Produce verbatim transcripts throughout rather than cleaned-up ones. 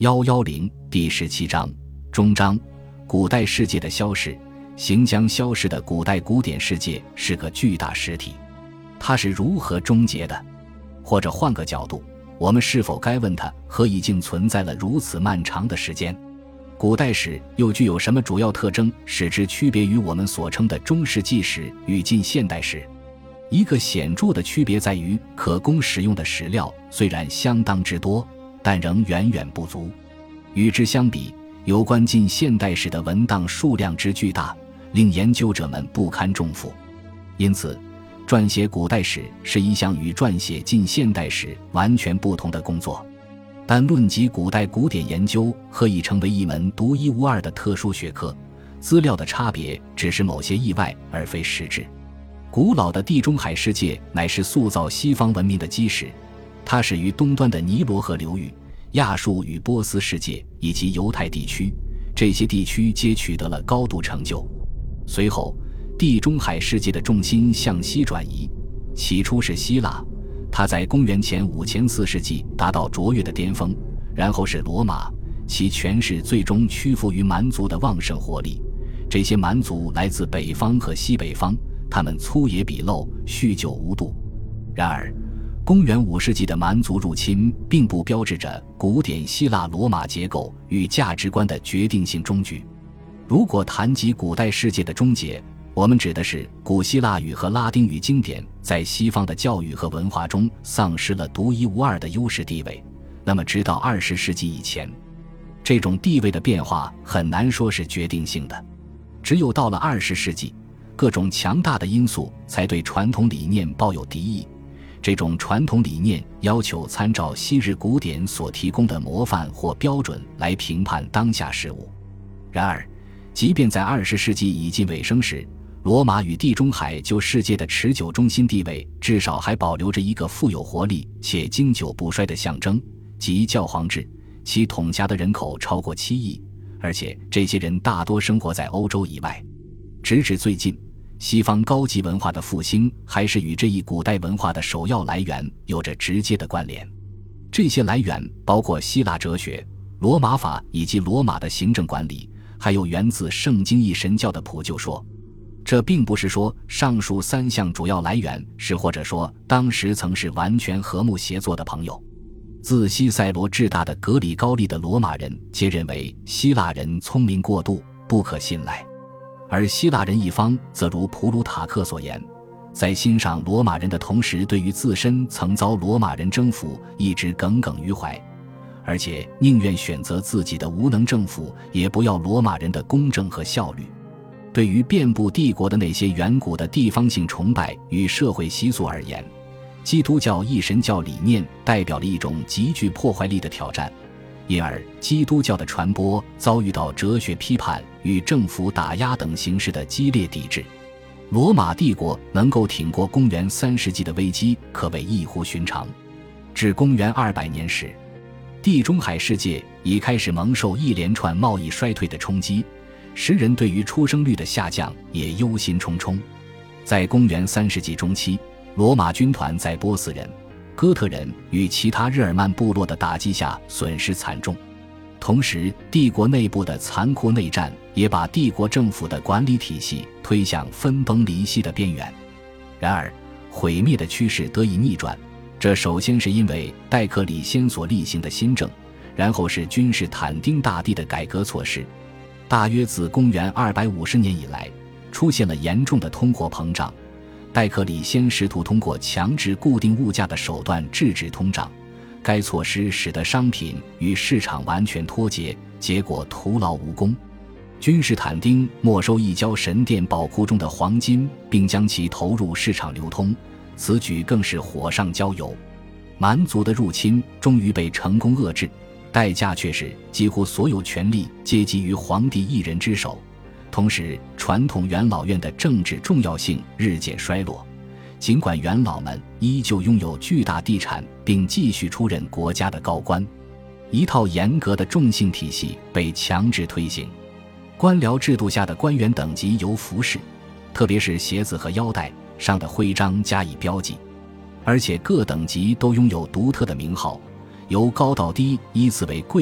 一百一十第十七章终章。古代世界的消逝，行将消逝的古代古典世界是个巨大实体，它是如何终结的？或者换个角度，我们是否该问它何以竟存在了如此漫长的时间？古代史又具有什么主要特征，使之区别于我们所称的中世纪史与近现代史？一个显著的区别在于，可供使用的史料虽然相当之多，但仍远远不足。与之相比，有关近现代史的文档数量之巨大，令研究者们不堪重负。因此，撰写古代史是一项与撰写近现代史完全不同的工作。但论及古代古典研究何以成为一门独一无二的特殊学科，资料的差别只是某些意外，而非实质。古老的地中海世界乃是塑造西方文明的基石，它始于东端的尼罗河流域、亚述与波斯世界以及犹太地区，这些地区皆取得了高度成就。随后，地中海世界的重心向西转移，起初是希腊，它在公元前五千四世纪达到卓越的巅峰，然后是罗马，其权势最终屈服于蛮族的旺盛活力。这些蛮族来自北方和西北方，他们粗野鄙陋，酗酒无度。然而公元五世纪的蛮族入侵并不标志着古典希腊罗马结构与价值观的决定性终局。如果谈及古代世界的终结，我们指的是古希腊语和拉丁语经典在西方的教育和文化中丧失了独一无二的优势地位。那么直到二十世纪以前，这种地位的变化很难说是决定性的。只有到了二十世纪，各种强大的因素才对传统理念抱有敌意。这种传统理念要求参照昔日古典所提供的模范或标准来评判当下事物。然而，即便在二十世纪已近尾声时，罗马与地中海就世界的持久中心地位至少还保留着一个富有活力且经久不衰的象征，即教皇制。其统辖的人口超过七亿，而且这些人大多生活在欧洲以外。直至最近，西方高级文化的复兴还是与这一古代文化的首要来源有着直接的关联。这些来源包括希腊哲学、罗马法以及罗马的行政管理，还有源自圣经一神教的普救说。这并不是说上述三项主要来源是或者说当时曾是完全和睦协作的朋友。自西塞罗至大的格里高利的罗马人皆认为希腊人聪明过度，不可信赖，而希腊人一方则如普鲁塔克所言，在欣赏罗马人的同时，对于自身曾遭罗马人征服一直耿耿于怀，而且宁愿选择自己的无能政府，也不要罗马人的公正和效率。对于遍布帝国的那些远古的地方性崇拜与社会习俗而言，基督教一神教理念代表了一种极具破坏力的挑战，因而基督教的传播遭遇到哲学批判与政府打压等形式的激烈抵制。罗马帝国能够挺过公元三世纪的危机可谓异乎寻常。至公元二百年时，地中海世界已开始蒙受一连串贸易衰退的冲击，时人对于出生率的下降也忧心忡忡。在公元三世纪中期，罗马军团在波斯人、哥特人与其他日耳曼部落的打击下损失惨重，同时帝国内部的残酷内战也把帝国政府的管理体系推向分崩离析的边缘。然而毁灭的趋势得以逆转，这首先是因为戴克里先所例行的新政，然后是君士坦丁大帝的改革措施。大约自公元二百五十年以来，出现了严重的通货膨胀。戴克里先试图通过强制固定物价的手段制止通胀，该措施使得商品与市场完全脱节，结果徒劳无功。君士坦丁没收异教神殿宝库中的黄金，并将其投入市场流通，此举更是火上浇油。蛮族的入侵终于被成功遏制，代价却是几乎所有权力皆集于皇帝一人之手。同时，传统元老院的政治重要性日渐衰落，尽管元老们依旧拥有巨大地产，并继续出任国家的高官。一套严格的种姓体系被强制推行，官僚制度下的官员等级由服饰，特别是鞋子和腰带上的徽章加以标记，而且各等级都拥有独特的名号，由高到低依次为贵人、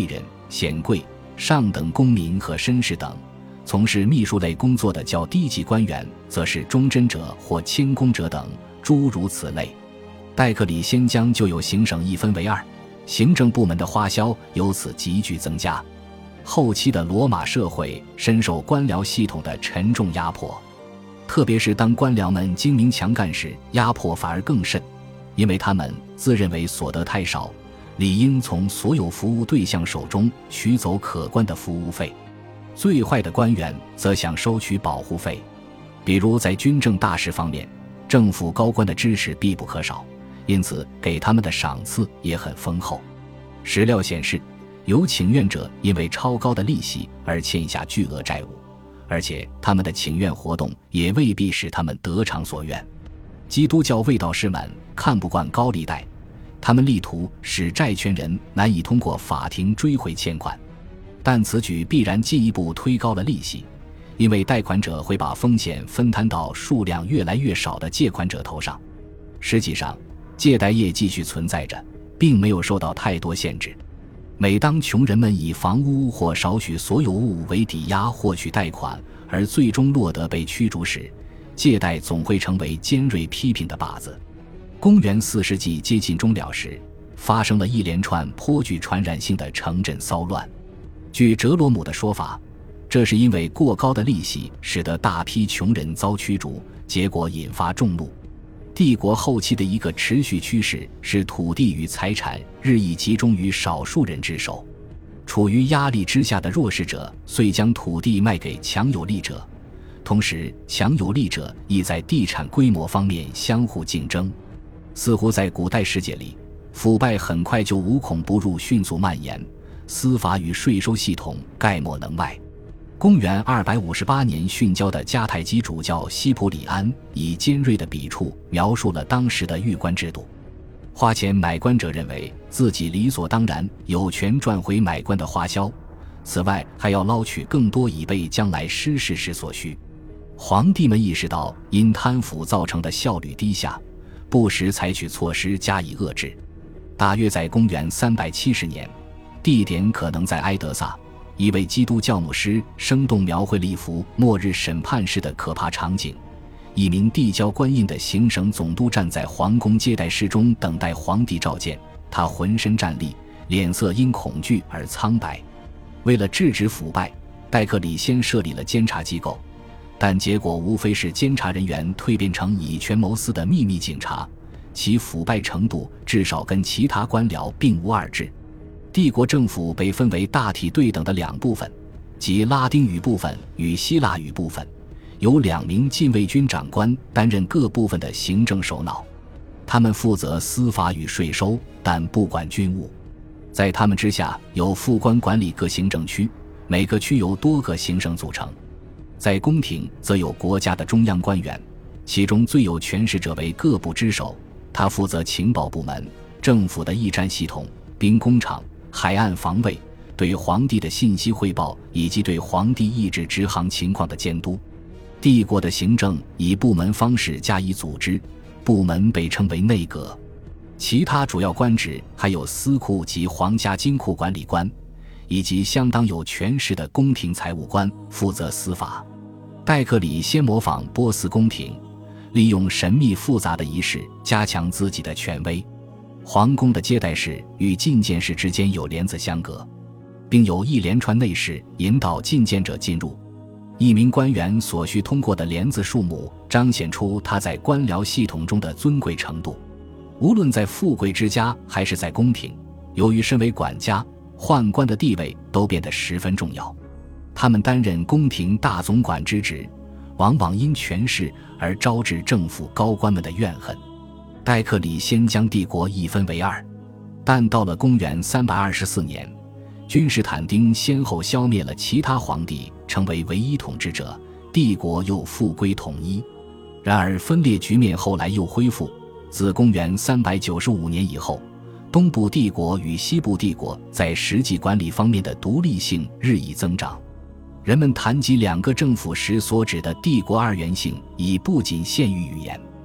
显贵、上等公民和绅士等。从事秘书类工作的较低级官员则是忠贞者或谦恭者等，诸如此类。戴克里先将旧有行省一分为二，行政部门的花销由此急剧增加。后期的罗马社会深受官僚系统的沉重压迫，特别是当官僚们精明强干时，压迫反而更甚，因为他们自认为所得太少，理应从所有服务对象手中取走可观的服务费。最坏的官员则想收取保护费，比如在军政大事方面，政府高官的支持必不可少，因此给他们的赏赐也很丰厚。史料显示，有请愿者因为超高的利息而欠下巨额债务，而且他们的请愿活动也未必使他们得偿所愿。基督教卫道士们看不惯高利贷，他们力图使债权人难以通过法庭追回欠款，但此举必然进一步推高了利息，因为贷款者会把风险分摊到数量越来越少的借款者头上。实际上，借贷业继续存在着，并没有受到太多限制。每当穷人们以房屋或少许所有物为抵押获取贷款，而最终落得被驱逐时，借贷总会成为尖锐批评的靶子。公元四世纪接近终了时，发生了一连串颇具传染性的城镇骚乱。据哲罗姆的说法，这是因为过高的利息使得大批穷人遭驱逐，结果引发众怒。帝国后期的一个持续趋势是土地与财产日益集中于少数人之手，处于压力之下的弱势者遂将土地卖给强有力者，同时强有力者亦在地产规模方面相互竞争。似乎在古代世界里，腐败很快就无孔不入，迅速蔓延，司法与税收系统概莫能外。公元二百五十八年殉教的迦太基主教西普里安以尖锐的笔触描述了当时的狱官制度。花钱买官者认为自己理所当然有权赚回买官的花销，此外还要捞取更多以备将来失事时所需。皇帝们意识到因贪腐造成的效率低下，不时采取措施加以遏制。大约在公元三百七十年，地点可能在埃德萨，一位基督教牧师生动描绘了一幅末日审判式的可怕场景。一名递交官印的行省总督站在皇宫接待室中等待皇帝召见，他浑身战栗，脸色因恐惧而苍白。为了制止腐败，戴克里先设立了监察机构，但结果无非是监察人员蜕变成以权谋私的秘密警察，其腐败程度至少跟其他官僚并无二致。帝国政府被分为大体对等的两部分，即拉丁语部分与希腊语部分，由两名禁卫军长官担任各部分的行政首脑，他们负责司法与税收，但不管军务。在他们之下有副官管理各行政区，每个区由多个行省组成。在宫廷则有国家的中央官员，其中最有权势者为各部之首，他负责情报部门、政府的驿站系统、兵工厂、海岸防卫，对皇帝的信息汇报以及对皇帝意志执行情况的监督。帝国的行政以部门方式加以组织，部门被称为内阁。其他主要官职还有司库及皇家金库管理官，以及相当有权势的宫廷财务官，负责司法。戴克里先模仿波斯宫廷，利用神秘复杂的仪式加强自己的权威。皇宫的接待室与觐见室之间有帘子相隔，并有一连串内侍引导觐见者进入。一名官员所需通过的帘子数目彰显出他在官僚系统中的尊贵程度。无论在富贵之家还是在宫廷，由于身为管家，宦官的地位都变得十分重要。他们担任宫廷大总管之职，往往因权势而招致政府高官们的怨恨。戴克里先将帝国一分为二，但到了公元三百二十四年，君士坦丁先后消灭了其他皇帝，成为唯一统治者，帝国又复归统一。然而分裂局面后来又恢复，自公元三百九十五年以后，东部帝国与西部帝国在实际管理方面的独立性日益增长。人们谈及两个政府时所指的帝国二元性已不仅限于语言。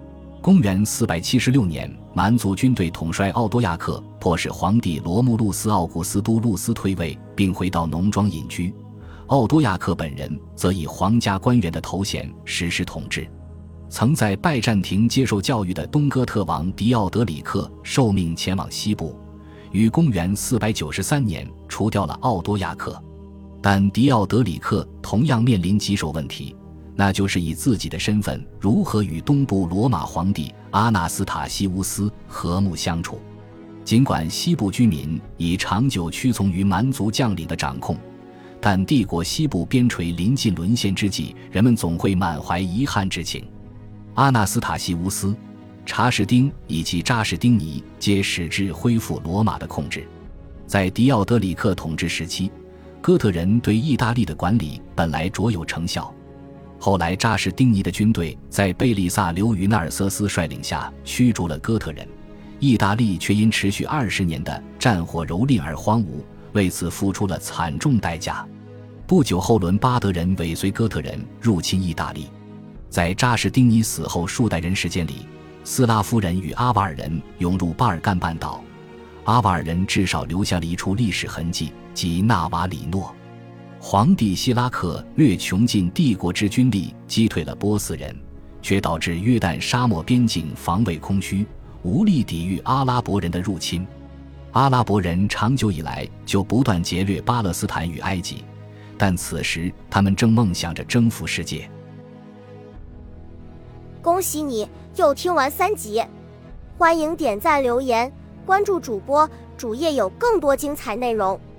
公元四百七十六年，蛮族军队统帅奥多亚克迫使皇帝罗慕路斯·奥古斯都路斯退位，并回到农庄隐居。奥多亚克本人则以皇家官员的头衔实施统治。曾在拜占庭接受教育的东哥特王迪奥德里克受命前往西部，于公元四百九十三年除掉了奥多亚克。但迪奥德里克同样面临棘手问题，那就是以自己的身份如何与东部罗马皇帝阿纳斯塔西乌斯和睦相处。尽管西部居民已长久屈从于蛮族将领的掌控，但帝国西部边陲临近沦陷之际，人们总会满怀遗憾之情。阿纳斯塔西乌斯、查士丁以及扎士丁尼皆使之恢复罗马的控制。在迪奥德里克统治时期，哥特人对意大利的管理本来卓有成效。后来扎士丁尼的军队在贝利萨留于纳尔瑟斯率领下驱逐了哥特人，意大利却因持续二十年的战火蹂躏而荒芜，为此付出了惨重代价。不久后，伦巴德人尾随哥特人入侵意大利。在扎士丁尼死后数代人时间里，斯拉夫人与阿瓦尔人涌入巴尔干半岛，阿瓦尔人至少留下了一处历史痕迹，即纳瓦里诺。皇帝希拉克略穷尽帝国之军力击退了波斯人，却导致约旦沙漠边境防卫空虚，无力抵御阿拉伯人的入侵。阿拉伯人长久以来就不断劫掠巴勒斯坦与埃及，但此时他们正梦想着征服世界。 恭喜你又听完三集，欢迎点赞留言，关注主播，主页有更多精彩内容。